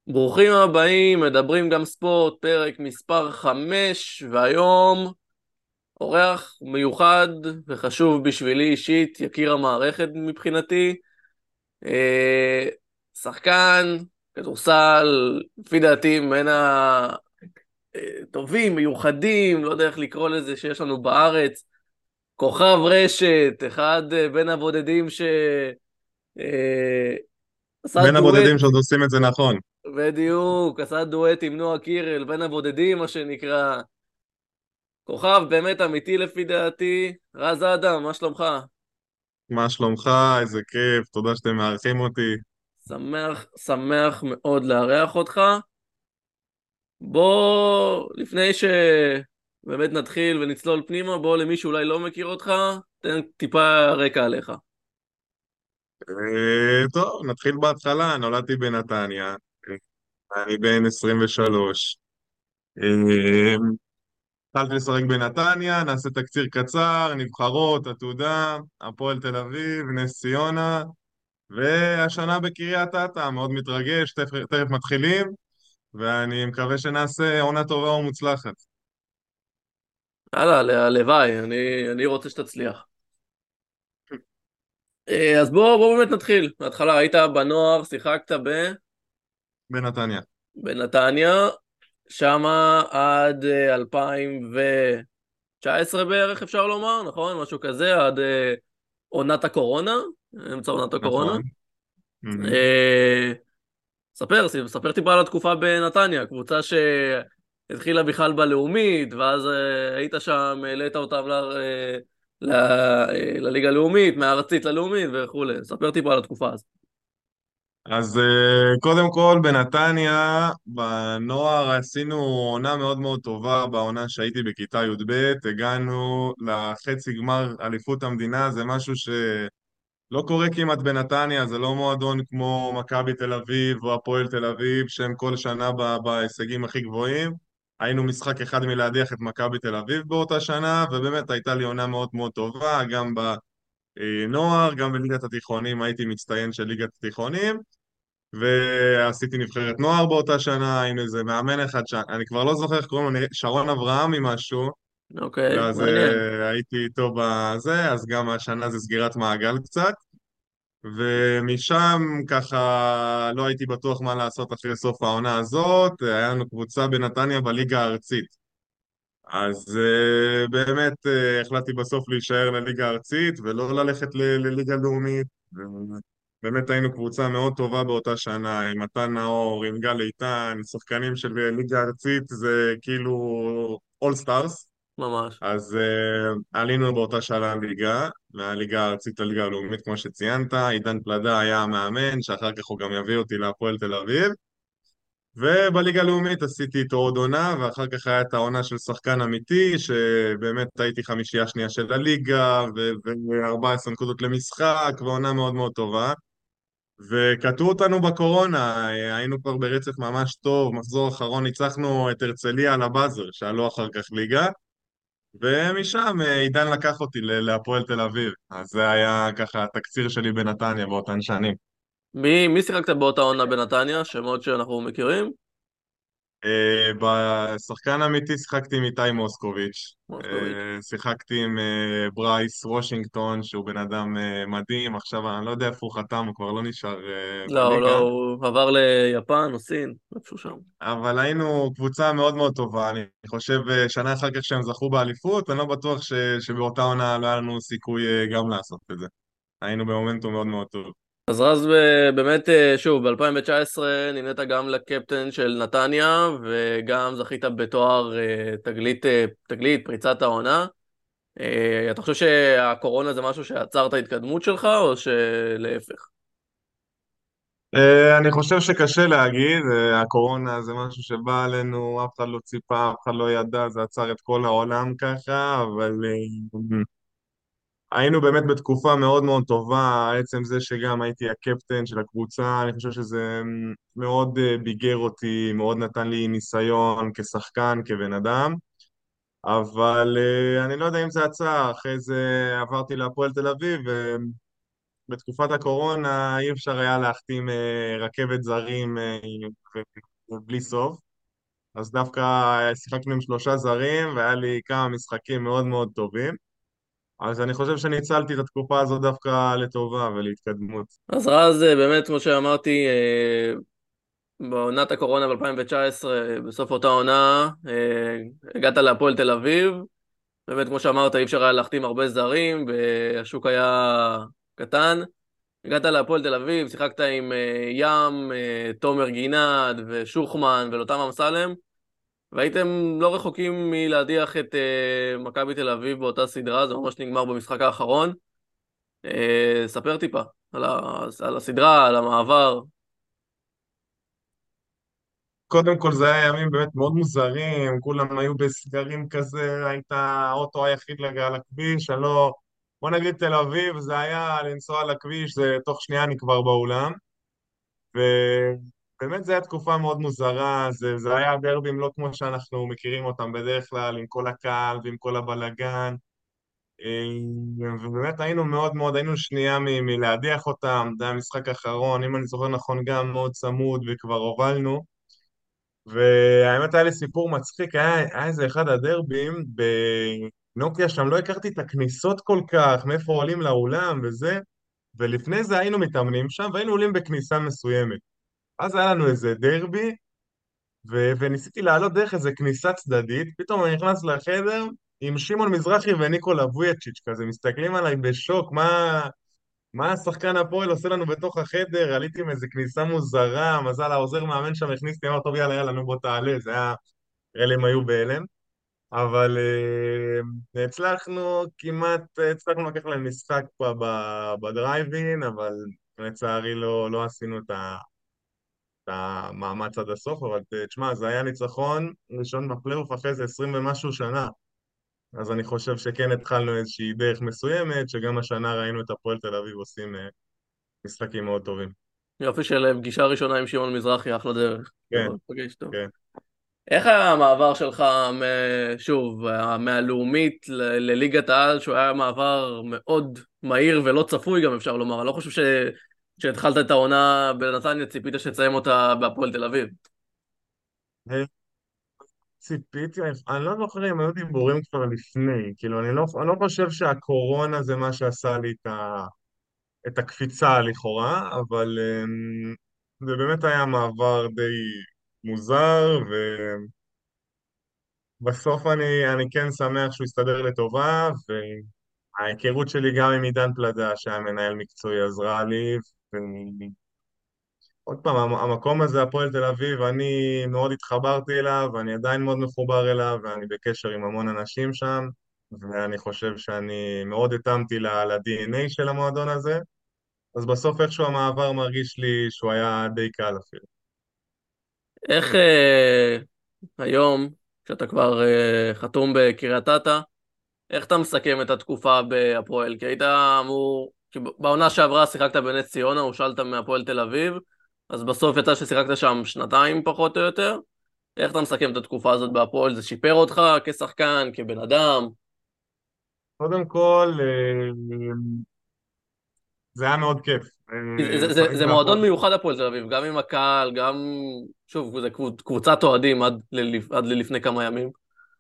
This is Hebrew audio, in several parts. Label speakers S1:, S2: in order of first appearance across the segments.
S1: ברוכים הבאים, מדברים גם ספורט, פרק מספר 5, והיום אורח מיוחד וחשוב בשבילי אישית, יקיר המערכת מבחינתי, אה, שחקן כדורסל, לפי דעתי בין הטובים, מיוחדים, לא יודע איך לקרוא לזה, שיש לנו בארץ, כוכב רשת, אחד בין הבודדים עשה
S2: בין
S1: דואט.
S2: הבודדים שעוד עושים את זה נכון.
S1: בדיוק, עשה דואט עם נועה קירל, בין הבודדים מה שנקרא. כוכב באמת אמיתי לפי דעתי. רז אדם, מה שלומך?
S2: מה שלומך? איזה כיף, תודה שאתם מארחים אותי.
S1: שמח מאוד לארח אותך. בוא, לפני שבאמת נתחיל ונצלול פנימה, בוא למי שאולי לא מכיר אותך, תן טיפה רקע עליך.
S2: טוב, נתחיל בהתחלה. נולדתי בנתניה, אני בן 23. אה, התחלתי לשחק בנתניה, נעשה תקציר קצר, נבחרות, עתודה, הפועל תל אביב, נס ציונה, והשנה בקריית אתא, מאוד מתרגש, תכף מתחילים, ואני מקווה שנעשה עונה טובה ומוצלחת.
S1: יאללה, הלוואי, אני רוצה שתצליח. אז בוא באמת נתחיל. בהתחלה היית בנוער, שיחקת
S2: בנתניה.
S1: בנתניה, שמה עד 2019 בערך אפשר לומר, נכון? משהו כזה, עד עונת הקורונה, אמצע עונת הקורונה.
S2: נכון. מהמם.
S1: אה, ספר טיפה על התקופה בנתניה, קבוצה שהתחילה בכלל בלאומית, ואז היית שם, העלית אותם לליגה הלאומית, מהארצית ללאומית וכולי. ספר טיפה על התקופה הזאת.
S2: אז קודם כל בנתניה, בנוער עשינו עונה מאוד מאוד טובה בעונה שהייתי בכיתה י"ב, הגענו לחצי גמר אליפות המדינה, זה משהו שלא קורה כמעט בנתניה, זה לא מועדון כמו מכבי תל אביב או הפועל תל אביב שהם כל שנה בהישגים הכי גבוהים. היינו משחק אחד מלהדיח את מכבי תל אביב באותה שנה, ובאמת הייתה לי עונה מאוד מאוד טובה, גם בנוער, גם בליגת התיכונים הייתי מצטיין של ליגת התיכונים. ועשיתי נבחרת נוער באותה שנה, היינו איזה מאמן אחד, אני כבר לא זוכר איך קוראים לו, שרון אברהמי משהו,
S1: אוקיי,
S2: ואז
S1: מעניין.
S2: הייתי איתו בזה, אז גם השנה זה סגירת מעגל קצת, ומשם ככה לא הייתי בטוח מה לעשות אחרי סוף העונה הזאת, היה לנו קבוצה בנתניה בליגה הארצית. אז באמת החלטתי בסוף להישאר לליגה הארצית ולא ללכת לליגה לאומית. באמת היינו קבוצה מאוד טובה באותה שנה, עם מתן נאור, עם גל איתן, שחקנים של ליגה ארצית, זה כאילו אול סטארס.
S1: ממש.
S2: אז עלינו באותה שנה ליגה, מהליגה הארצית לליגה הלאומית כמו שציינת, עידן פלדה היה המאמן, שאחר כך הוא גם יביא אותי להפועל תל אביב. ובליגה הלאומית עשיתי איתו עוד עונה, ואחר כך היה את העונה של שחקן אמיתי, שבאמת הייתי חמישייה שנייה של הליגה, ו-14 נקודות למשחק, ועונה מאוד מאוד טובה. וקטעו אותנו בקורונה, היינו כבר ברצף ממש טוב, מחזור אחרון ניצחנו את הרצליה על הבאזר, שעלו אחר כך ליגה, ומשם עידן לקח אותי להפועל תל אביב. אז זה היה ככה התקציר שלי בנתניה באותן שנים.
S1: מי שיחקת באותה עונה בנתניה? שמות שאנחנו מכירים?
S2: בשחקן אמיתי שיחקתי עם איתי מוסקוביץ',
S1: מוסקוביץ'.
S2: שיחקתי עם ברייס וושינגטון שהוא בן אדם מדהים, עכשיו אני לא יודע איפה הוא חתם, הוא כבר לא נשאר
S1: לא,
S2: בליגה,
S1: הוא עבר ליפן או סין, איפשהו שם.
S2: אבל היינו קבוצה מאוד מאוד טובה, אני חושב שנה אחר כך שהם זכו באליפות, אני לא בטוח שבאותה עונה לא היה לנו סיכוי גם לעשות את זה, היינו במומנטום מאוד מאוד טוב.
S1: אז רז, באמת, שוב, ב-2019 נהנית גם לקפטן של נתניה, וגם זכית בתואר תגלית, פריצת העונה. אתה חושב שהקורונה זה משהו שעצר את ההתקדמות שלך, או שלהפך?
S2: אני חושב שקשה להגיד, הקורונה זה משהו שבא עלינו, אף אחד לא ציפה, אף אחד לא ידע, זה עצר את כל העולם ככה, אבל היינו באמת בתקופה מאוד מאוד טובה, עצם זה שגם הייתי הקפטן של הקבוצה, אני חושב שזה מאוד ביגר אותי, מאוד נתן לי ניסיון כשחקן, כבן אדם, אבל אני לא יודע אם זה עצר, אחרי זה עברתי להפועל תל אביב, בתקופת הקורונה אי אפשר היה להחתים רכבת זרים בלי סוף, אז דווקא שיחקנו עם שלושה זרים והיה לי כמה משחקים מאוד מאוד טובים, אז אני חושב שניצלתי את התקופה הזאת דווקא לטובה ולהתקדמות.
S1: אז רז, באמת, כמו שאמרתי, בעונת הקורונה ב-2019, בסוף אותה עונה, הגעת להפועל תל אביב. באמת, כמו שאמרת, אי אפשר היה להחתים הרבה זרים, והשוק היה קטן. הגעת להפועל תל אביב, שיחקת עם ים, תומר גינת ושוחמן ולוטם אמסלם, והייתם לא רחוקים מלהדיח את מכבי תל אביב באותה סדרה, זה ממש נגמר במשחק האחרון. ספר טיפה על הסדרה, על המעבר.
S2: קודם כל זה היה ימים באמת מאוד מוזרים, כולם היו בסגרים כזה, היית האוטו היחיד לגע על הכביש, אני לא... בוא נגיד תל אביב, זה היה לנסוע על הכביש, זה תוך שנייה אני כבר באולם, ובאמת זו הייתה תקופה מאוד מוזרה, זה היה דרבים לא כמו שאנחנו מכירים אותם בדרך כלל, עם כל הקהל ועם כל הבלגן, ובאמת היינו מאוד מאוד, היינו שנייה מלהדיח אותם, זה היה משחק אחרון, אם אני זוכר נכון גם מאוד צמוד וכבר הובלנו, והאמת היה לי סיפור מצחיק, היה איזה אחד הדרבים בנוקיה, שם לא הכרתי את הכניסות כל כך, מאיפה עולים לאולם וזה, ולפני זה היינו מתאמנים שם והיינו עולים בכניסה מסוימת. אז היה לנו איזה דרבי, וניסיתי לעלות דרך איזה כניסה צדדית, פתאום אני נכנס לחדר עם שמעון מזרחי וניקולה וויאצ'יץ' כזה, מסתכלים עליי בשוק, מה השחקן הפועל עושה לנו בתוך החדר? עליתי עם איזה כניסה מוזרה, מזל העוזר מאמן שם הכניס לי, אמר, טוב יאללה יאללה, נו בוא תעלה, זה היה, אלה הם היו בהלם, אבל הצלחנו כמעט, הצלחנו לקחת להם משחק פה בדרייבין, אבל לצערי לא עשינו את המאמץ עד הסוף, אבל תשמע, זה היה ניצחון ראשון בפלייאוף אחרי זה 20 ומשהו שנה, אז אני חושב שכן התחלנו איזושהי דרך מסוימת, שגם השנה ראינו את הפועל תל אביב עושים משחקים מאוד טובים.
S1: יופי של פגישה ראשונה עם שמעון מזרחי, אחלה דרך.
S2: כן,
S1: יכול לפגש טוב.
S2: כן.
S1: איך המעבר שלך, שוב, מהלאומית לליגת העל, שהוא היה מעבר מאוד מהיר ולא צפוי גם אפשר לומר, אני לא חושב כשהתחלת את העונה בנתניה ציפית שתסיים אותה בהפועל תל אביב.
S2: ציפיתי, אני לא זוכר אם היו דיבורים כבר לפני, כאילו אני לא חושב שהקורונה זה מה שעשה לי את הקפיצה לכאורה, אבל זה באמת היה מעבר די מוזר, ובסוף אני כן שמח שהוא הסתדר לטובה, וההיכרות שלי גם עם עידן פלדה, שהיה מנהל מקצועי, עזרה לי, עוד פעם, המקום הזה, הפועל תל אביב, אני מאוד התחברתי אליו, ואני עדיין מאוד מחובר אליו, ואני בקשר עם המון אנשים שם, ואני חושב שאני מאוד התאמתי ל-DNA של המועדון הזה, אז בסוף איכשהו המעבר מרגיש לי שהוא היה די קל אפילו.
S1: איך היום, כשאתה כבר חתום בקריית אתא, איך אתה מסכם את התקופה בהפועל? כי היית אמור, כי בעונה שעברה שיחקת בנס ציונה, הושאלת מהפועל תל אביב, אז בסוף יצא ששיחקת שם שנתיים פחות או יותר. איך אתה מסכם את התקופה הזאת בהפועל? זה שיפר אותך כשחקן, כבן אדם?
S2: קודם כל, זה היה מאוד כיף. לשחק
S1: זה
S2: בהפועל.
S1: מועדון מיוחד הפועל תל אביב, גם עם הקהל, גם, שוב, זה קבוצת אוהדים עד ללפני כמה ימים.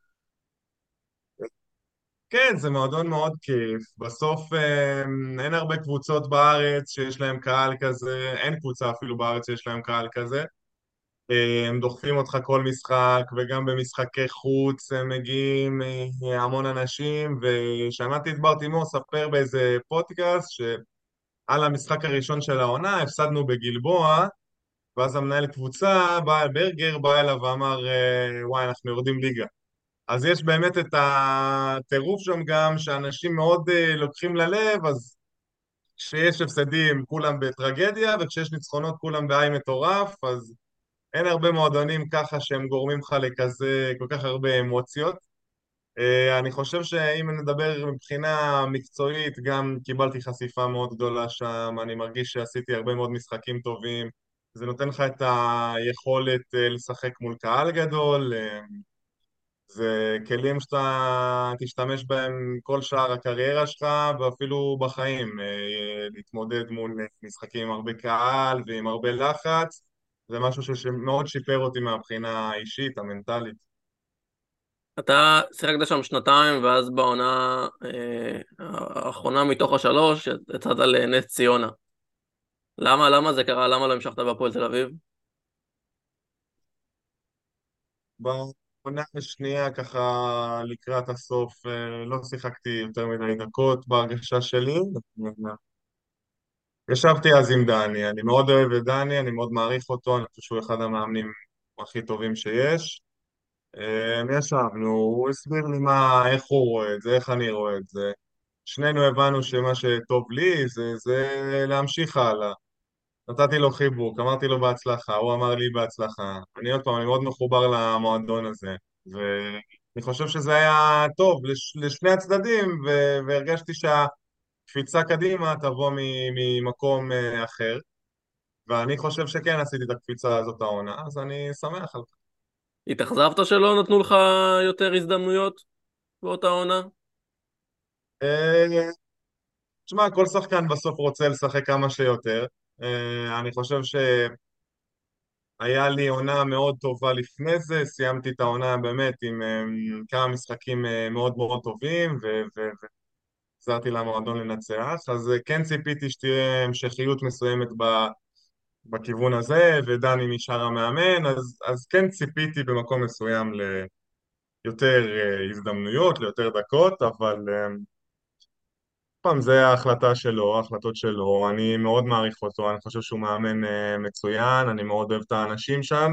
S2: כן, זה מועדון מאוד כיף. בסוף אין הרבה קבוצות בארץ שיש להם קהל כזה, אין קבוצה אפילו בארץ שיש להם קהל כזה. הם דוחפים אותך כל משחק, וגם במשחקי חוץ הם מגיעים המון אנשים, ושמעתי את ברטימור ספר באיזה פודקאסט שעל המשחק הראשון של העונה הפסדנו בגלבוע, ואז המנהל קבוצה, ברגר, בא אליו ואמר, וואי, אנחנו יורדים ליגה. אז יש באמת את הטירוף שם גם, שאנשים מאוד לוקחים ללב, אז כשיש הפסדים כולם בטרגדיה, וכשיש ניצחונות כולם בהיי מטורף, אז אין הרבה מועדונים ככה שהם גורמים לך לכזה, כל כך הרבה אמוציות. אני חושב שאם נדבר מבחינה מקצועית, גם קיבלתי חשיפה מאוד גדולה שם, אני מרגיש שעשיתי הרבה מאוד משחקים טובים, זה נותן לך את היכולת לשחק מול קהל גדול, זה כלים שאתה תשתמש בהם כל שאר הקריירה שלך ואפילו בחיים. להתמודד מול משחקים עם הרבה קהל ועם הרבה לחץ, זה משהו שמאוד שיפר אותי מהבחינה האישית, המנטלית.
S1: אתה שיחקת שם שנתיים, ואז בעונה האחרונה מתוך השלוש, יצאת לנס ציונה. למה זה קרה? למה לא המשכת בהפועל תל אביב?
S2: בעונה השנייה, ככה לקראת הסוף, לא שיחקתי יותר מדי דקות בהרגשה שלי. ישבתי אז עם דני, אני מאוד אוהב את דני, אני מאוד מעריך אותו, אני חושב שהוא אחד המאמנים הכי טובים שיש. ישבנו, הוא הסביר לי איך הוא רואה את זה, איך אני רואה את זה. שנינו הבנו שמה שטוב לי זה להמשיך הלאה. נתתי לו חיבוק, אמרתי לו בהצלחה, הוא אמר לי בהצלחה. אני עוד פעם, אני מאוד מחובר למועדון הזה, ואני חושב שזה היה טוב לשני הצדדים, והרגשתי שהקפיצה קדימה תבוא ממקום אחר, ואני חושב שכן עשיתי את הקפיצה הזאת העונה, אז אני שמח על זה.
S1: התאכזבת שלא נתנו לך יותר הזדמנויות באותה עונה?
S2: אה, תשמע, כל שחקן בסוף רוצה לשחק כמה שיותר. אני חושב שהיה לי עונה מאוד טובה לפני זה, סיימתי את העונה באמת עם כמה משחקים מאוד מאוד טובים, ועזרתי למועדון לנצח, אז כן ציפיתי שתהיה המשכיות מסוימת בכיוון הזה, ודני נשאר המאמן, אז כן ציפיתי במקום מסוים ליותר הזדמנויות, ליותר דקות, אבל פעם זה ההחלטה שלו, ההחלטות שלו, אני מאוד מעריך אותו, אני חושב שהוא מאמן מצוין, אני מאוד אוהב את האנשים שם,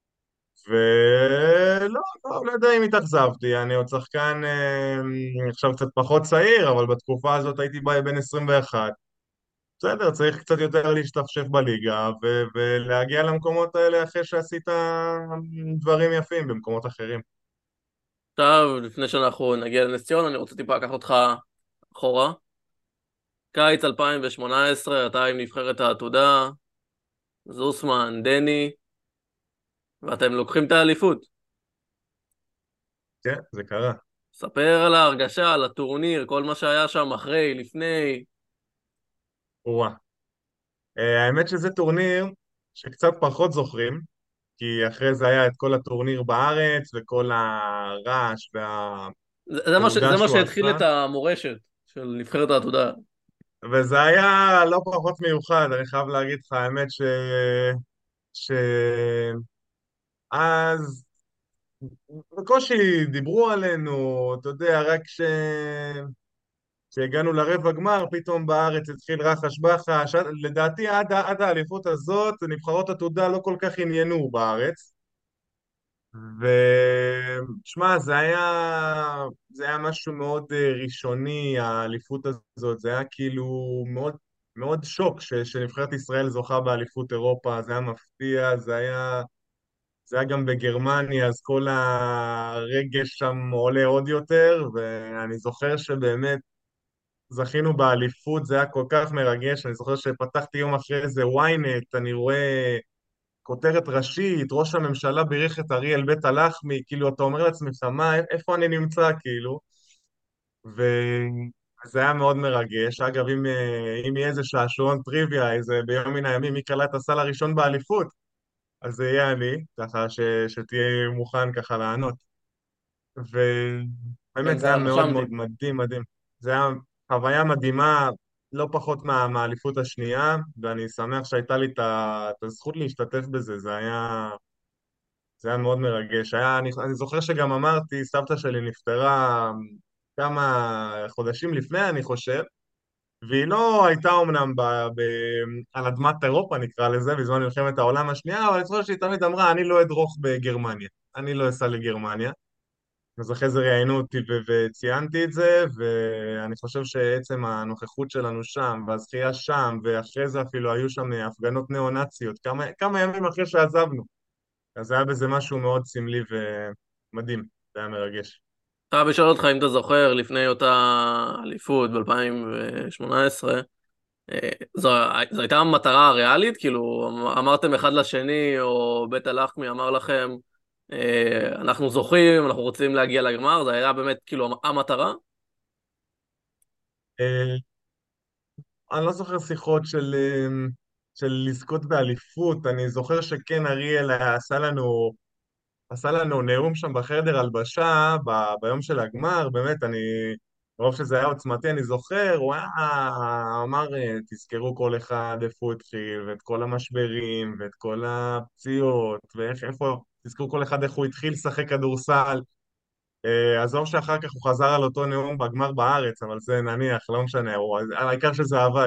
S2: לא יודע אם התאכזבתי, אני עוד שחקן עכשיו קצת פחות צעיר, אבל בתקופה הזאת הייתי בן 21. בסדר, צריך קצת יותר להשתפשף בליגה ולהגיע למקומות האלה אחרי שעשית דברים יפים במקומות אחרים.
S1: עכשיו, לפני שאנחנו נגיע לנס ציונה, אני רוצה טיפה לקחת אותך אחורה. קיץ 2018, אתה עם נבחרת העתודה, זוסמן, דני, ואתם לוקחים את האליפות.
S2: כן, זה קרה.
S1: ספר על ההרגשה, על הטורניר, כל מה שהיה שם אחרי, לפני.
S2: או-אה. האמת שזה טורניר שקצת פחות זוכרים, כי אחרי זה היה את כל הטורניר בארץ וכל הרעש
S1: זה
S2: והתהודה
S1: מה
S2: שהוא
S1: שהתחיל
S2: עשה,
S1: את המורשת של נבחרת העתודה.
S2: וזה היה לא פחות מיוחד, אני חייב להגיד לך, האמת ש... אז בקושי דיברו עלינו, אתה יודע, כשהגענו לרבע גמר, פתאום בארץ התחיל רחש בחש, לדעתי עד האליפות הזאת, נבחרות עתודה לא כל כך עניינו בארץ. ושמע, זה היה משהו מאוד ראשוני, האליפות הזאת, זה היה כאילו מאוד, מאוד שוק שנבחרת ישראל זוכה באליפות אירופה, זה היה מפתיע, זה היה גם בגרמניה, אז כל הרגש שם עולה עוד יותר, ואני זוכר שבאמת זכינו באליפות, זה היה כל כך מרגש, אני זוכר שפתחתי יום אחרי זה ynet, אני רואה כותרת ראשית, ראש הממשלה בירך את אריאל בית הלחמי, כאילו אתה אומר לעצמך, מה, איפה אני נמצא, כאילו? וזה היה מאוד מרגש. אגב, אם יהיה איזה שעשועון טריוויה, איזה ביום מן הימים, מי קלע את הסל הראשון באליפות, אז זה יהיה אני, ככה שתהיה מוכן ככה לענות.
S1: כן,
S2: ובאמת זה היה
S1: כבר
S2: מאוד
S1: רשמתי.
S2: מאוד מדהים, מדהים. זה היה חוויה מדהימה, לא פחות מהאליפות השנייה, ואני שמח שהייתה לי את הזכות להשתתף בזה, זה היה מאוד מרגש. אני זוכר שגם אמרתי, סבתא שלי נפטרה כמה חודשים לפני, אני חושב, והיא לא הייתה אומנם על אדמת אירופה, נקרא לזה, בזמן מלחמת העולם השנייה, אבל אני זוכר שהיא תמיד אמרה, אני לא אדרוך בגרמניה, אני לא אסע לגרמניה. אז אחרי זה ראיינו אותי וציינתי את זה, ואני חושב שעצם הנוכחות שלנו שם, והזכייה שם, ואחרי זה אפילו היו שם הפגנות ניאו-נאציות, כמה ימים אחרי שעזבנו. אז היה בזה משהו מאוד סמלי ומדהים, זה היה מרגש.
S1: חייב לשאול אותך אם אתה זוכר, לפני אותה אליפות ב-2018, זו הייתה מטרה ריאלית? כאילו, אמרתם אחד לשני, או בית הלחמי אמר לכם, אנחנו זוכים, אנחנו רוצים להגיע לגמר, זה היה באמת כאילו המטרה.
S2: אה, אני לא זוכר שיחות של לזכות באליפות, אני זוכר שכן אריאל עשה לנו נאום שם בחדר הלבשה ביום של הגמר, באמת, מרוב שזה היה עוצמתי, אני זוכר, הוא אמר, תזכרו כל אחד איפה הוא התחיל, ואת כל המשברים, ואת כל הפציעות, תזכרו כל אחד איך הוא התחיל לשחק כדורסל. עזוב שאחר כך הוא חזר על אותו נאום בגמר בארץ, אבל זה נניח, לא משנה, העיקר שזה עבד.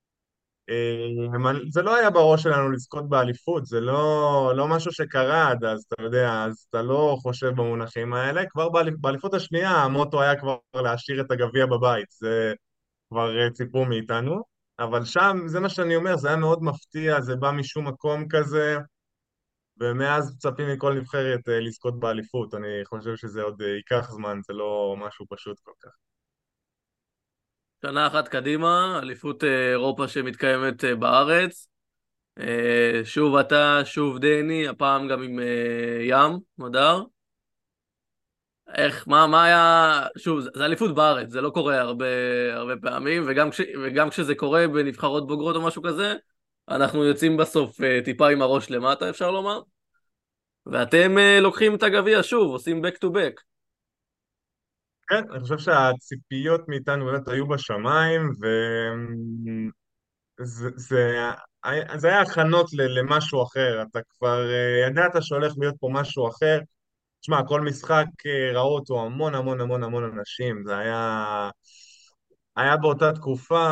S2: זה לא היה בראש שלנו לזכות באליפות, זה לא משהו שקרה עד אז, אתה יודע, אז אתה לא חושב במונחים האלה. כבר באליפות השנייה המוטו היה כבר להשאיר את הגביע בבית, זה כבר ציפו מאיתנו, אבל שם, זה מה שאני אומר, זה היה מאוד מפתיע, זה בא משום מקום כזה, ומאז מצפים מכל נבחרת לזכות באליפות. אני חושב שזה עוד ייקח זמן, זה לא משהו פשוט כל כך.
S1: שנה אחת קדימה, אליפות אירופה שמתקיימת בארץ. שוב אתה, שוב דני, הפעם גם עם ים, מדר. מה היה, שוב, זה אליפות בארץ, זה לא קורה הרבה פעמים, וגם כשזה קורה בנבחרות בוגרות או משהו כזה, אנחנו יוצאים בסוף טיפה עם הראש למטה, אפשר לומר. ואתם לוקחים את הגביע שוב, עושים back to back.
S2: כן, אני חושב שהציפיות מאיתנו באמת היו בשמיים, זה היה הכנות למשהו אחר, אתה כבר ידעת שהולך להיות פה משהו אחר. תשמע, כל משחק ראו אותו המון המון המון המון אנשים, היה באותה תקופה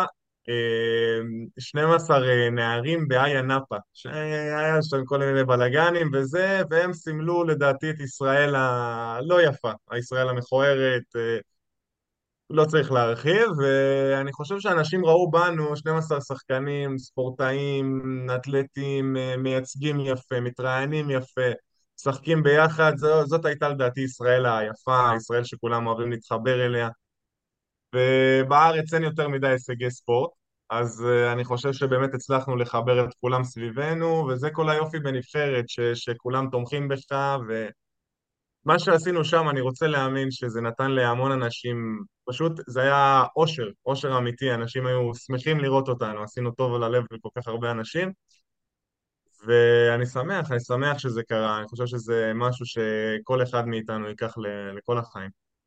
S2: 12 נערים באיה נאפה, שהיה שם כל מיני בלאגנים וזה, והם סימלו לדעתי את ישראל הלא יפה, הישראל המכוערת, לא צריך להרחיב, ואני חושב שאנשים ראו בנו 12 שחקנים, ספורטאים, אתלטים, מייצגים יפה, מתראיינים יפה, משחקים ביחד. זאת הייתה לדעתי ישראל היפה, ישראל שכולם אוהבים להתחבר אליה, ובארץ אין יותר מדי הישגי ספורט, אז אני חושב שבאמת הצלחנו לחבר את כולם סביבנו, וזה כל היופי בנבחרת, שכולם תומכים בך, מה שעשינו שם, אני רוצה להאמין שזה נתן להמון אנשים, פשוט זה היה אושר, אושר אמיתי, אנשים היו שמחים לראות אותנו, עשינו טוב על הלב לכל כך הרבה אנשים, ואני שמח, אני שמח שזה קרה, אני חושב שזה משהו שכל אחד מאיתנו ייקח לכל החיים.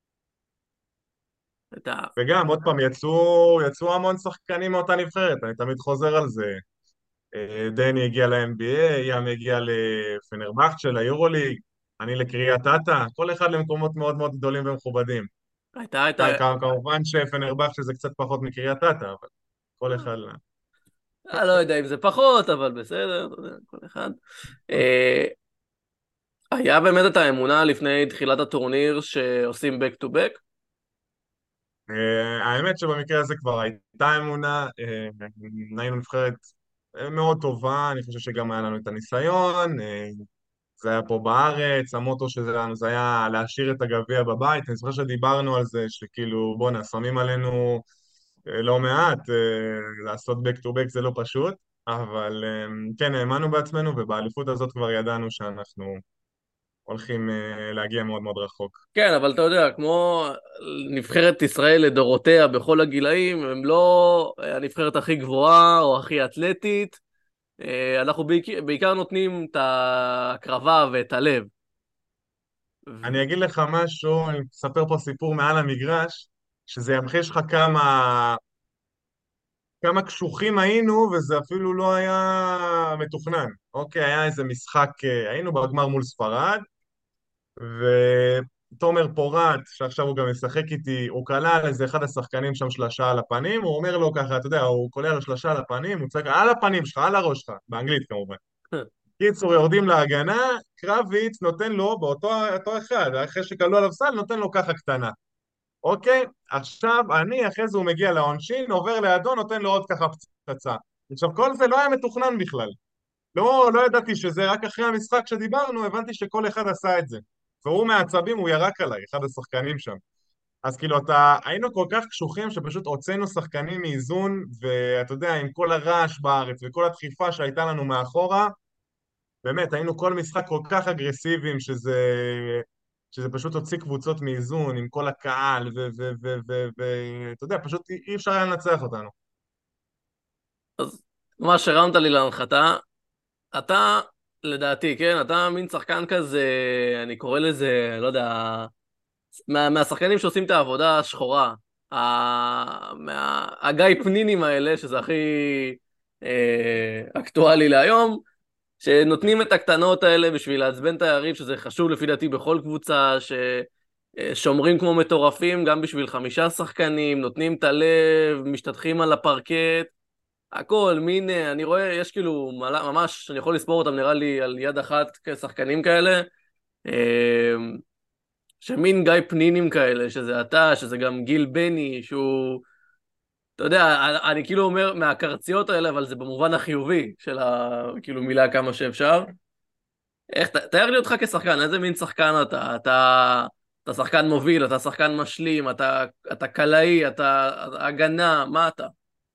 S1: אתה,
S2: וגם, עוד פעם, יצאו המון שחקנים מאותה נבחרת, אני תמיד חוזר על זה. דני הגיע ל-NBA, ים הגיע לפנרבחצ'ה, ליורוליג, אני לקריית אתא, כל אחד למקומות מאוד מאוד גדולים ומכובדים.
S1: הייתה,
S2: כמובן שפנרבחצ'ה זה קצת פחות מקריית אתא, אבל כל אחד לה.
S1: לא יודע אם זה פחות, אבל בסדר, אתה יודע, כל אחד. אה, היה באמת את האמונה לפני תחילת הטורניר שעושים back to back?
S2: האמת שבמקרה הזה כבר הייתה אמונה, היינו נבחרת מאוד טובה, אני חושב שגם היה לנו את הניסיון, זה היה פה בארץ, המוטו שלנו זה היה להשאיר את הגביע בבית. אני זוכר שדיברנו על זה שכאילו בואנה, שמים עלינו לא מעט, לעשות back to back זה לא פשוט, אבל כן, האמנו בעצמנו, ובאליפות הזאת כבר ידענו שאנחנו הולכים להגיע מאוד מאוד רחוק.
S1: כן, אבל אתה יודע, כמו נבחרת ישראל לדורותיה בכל הגילאים, הם לא הנבחרת הכי גבוהה או הכי אתלטית. אנחנו בעיקר נותנים את ההקרבה ואת הלב.
S2: אני אגיד לך משהו, אני אספר פה סיפור מעל המגרש, שזה ימחיש לך כמה קשוחים היינו, וזה אפילו לא היה מתוכנן. אוקיי, היה איזה משחק, היינו בגמר מול ספרד, ותומר פורט, שעכשיו הוא גם משחק איתי, הוא קלע על איזה אחד השחקנים שם שלשה על הפנים, הוא אומר לו ככה, אתה יודע, הוא קולע לו שלשה על הפנים, הוא צועק, על הפנים שלך, על הראש שלך, באנגלית כמובן. קיצור, יורדים להגנה, קרביץ נותן לו, אותו אחד, אחרי שכלו עליו סל, נותן לו ככה קטנה. אוקיי? עכשיו, אחרי זה הוא מגיע לעונשין, עובר לידו, נותן לו עוד ככה פצצה. עכשיו, כל זה לא היה מתוכנן בכלל. לא ידעתי שזה, רק אחרי המשחק שדיברנו, הבנתי שכל אחד עשה את זה. והוא מעצבים, הוא ירק עליי, אחד השחקנים שם. אז כאילו, היינו כל כך קשוחים שפשוט הוצאנו שחקנים מאיזון, ואתה יודע, עם כל הרעש בארץ וכל הדחיפה שהייתה לנו מאחורה, באמת, היינו כל משחק כל כך אגרסיביים, שזה פשוט הוציא קבוצות מאיזון עם כל הקהל, ואתה יודע, פשוט אי אפשר היה לנצח אותנו.
S1: אז ממש הרמת לי להנחתה. אתה, לדעתי, כן, אתה מין שחקן כזה, אני קורא לזה, לא יודע, מהשחקנים שעושים את העבודה השחורה, הגיא פנינים האלה, שזה הכי אקטואלי להיום, שנותנים את הקטנות האלה בשביל לעצבן את היריב, שזה חשוב לפי דעתי בכל קבוצה, ששומרים כמו מטורפים גם בשביל 5 שחקנים, נותנים את הלב, משתטחים על הפרקט, הכל, מין, אני רואה, יש כאילו, ממש, אני יכול לספור אותם נראה לי על יד אחת כשחקנים כאלה, שמין גיא פנינים כאלה, שזה אתה, שזה גם גיל בני, שהוא, אתה יודע, אני כאילו אומר מהקרציות האלה, אבל זה במובן החיובי של כאילו מילה כמה שאפשר. איך, תאר לי אותך כשחקן, איזה מין שחקן אתה? אתה שחקן מוביל, אתה שחקן משלים, אתה קלעי, אתה הגנה, מה אתה?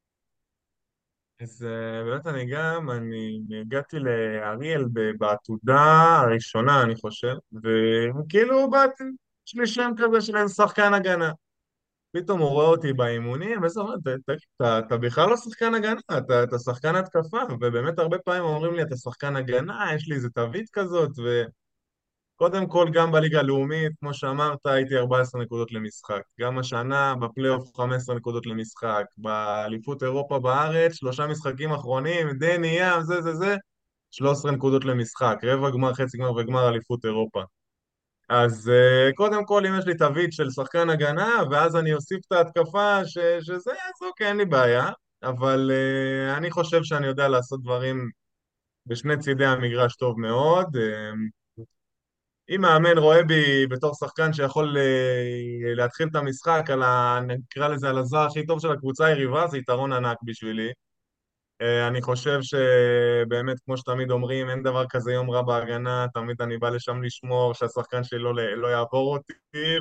S2: אז באמת אני הגעתי לאריאל בעתודה הראשונה, אני חושב, וכאילו באתי, יש לי שם כזה של איזה שחקן הגנה. פתאום הוא רואה אותי באימונים, וזה אומר, אתה בכלל לא שחקן הגנה, אתה שחקן התקפה, ובאמת הרבה פעמים אומרים לי, אתה שחקן הגנה, יש לי איזה תווית כזאת, וקודם כל גם בליגה הלאומית, כמו שאמרת, הייתי 14 נקודות למשחק. גם השנה בפלייאוף 15 נקודות למשחק. באליפות אירופה בארץ, 3 משחקים אחרונים, דני ים, זה, 13 נקודות למשחק. רבע גמר, חצי גמר וגמר אליפות אירופה. אז קודם כל, אם יש לי תווית של שחקן הגנה, ואז אני אוסיף את ההתקפה שזה, אז אוקיי, אין לי בעיה. אבל אני חושב שאני יודע לעשות דברים בשני צידי המגרש טוב מאוד. אם מאמן רואה בי בתור שחקן שיכול להתחיל את המשחק על נקרא לזה, על הזר הכי טוב של הקבוצה היריבה, זה יתרון ענק בשבילי. אני חושב שבאמת, כמו שתמיד אומרים, אין דבר כזה יום רע בהגנה, תמיד אני בא לשם לשמור שהשחקן שלי לא יעבור אותי,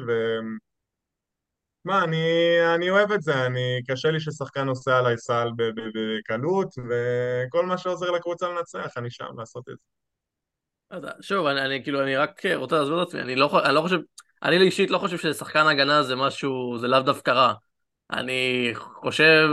S2: מה, אני אוהב את זה, קשה לי ששחקן עושה עליי סל בקלות, וכל מה שעוזר לקבוצה לנצח, אני שם לעשות את זה.
S1: שוב, כאילו, אני רק רוצה להסביר את עצמי, אני לא חושב, אני אישית לא חושב ששחקן הגנה זה משהו, זה לאו דווקא רע. אני חושב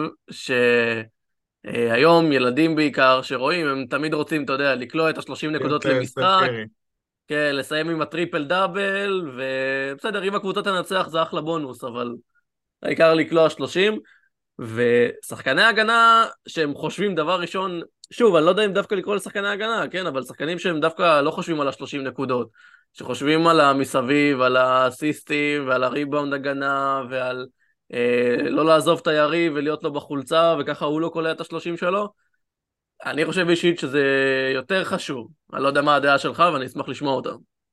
S1: שהיום ילדים בעיקר שרואים, הם תמיד רוצים, אתה יודע, לקלוע את ה-30 נקודות
S2: להיות סטף
S1: למשחק,
S2: קרי.
S1: כן, לסיים עם הטריפל דאבל, ובסדר, אם הקבוצה תנצח זה אחלה בונוס, אבל העיקר לקלוע 30, ושחקני הגנה שהם חושבים דבר ראשון, שוב, אני לא יודע אם דווקא לקרוא לשחקני הגנה, כן, אבל שחקנים שהם דווקא לא חושבים על ה-30 נקודות, שחושבים על המסביב, על האסיסטים ועל הריבאונד הגנה ועל לא לעזוב את היריב ולהיות לו בחולצה וככה הוא לא קולע את ה-30 שלו, אני חושב אישית שזה יותר חשוב. אני לא יודע מה הדעה שלך ואני אשמח לשמוע אותה.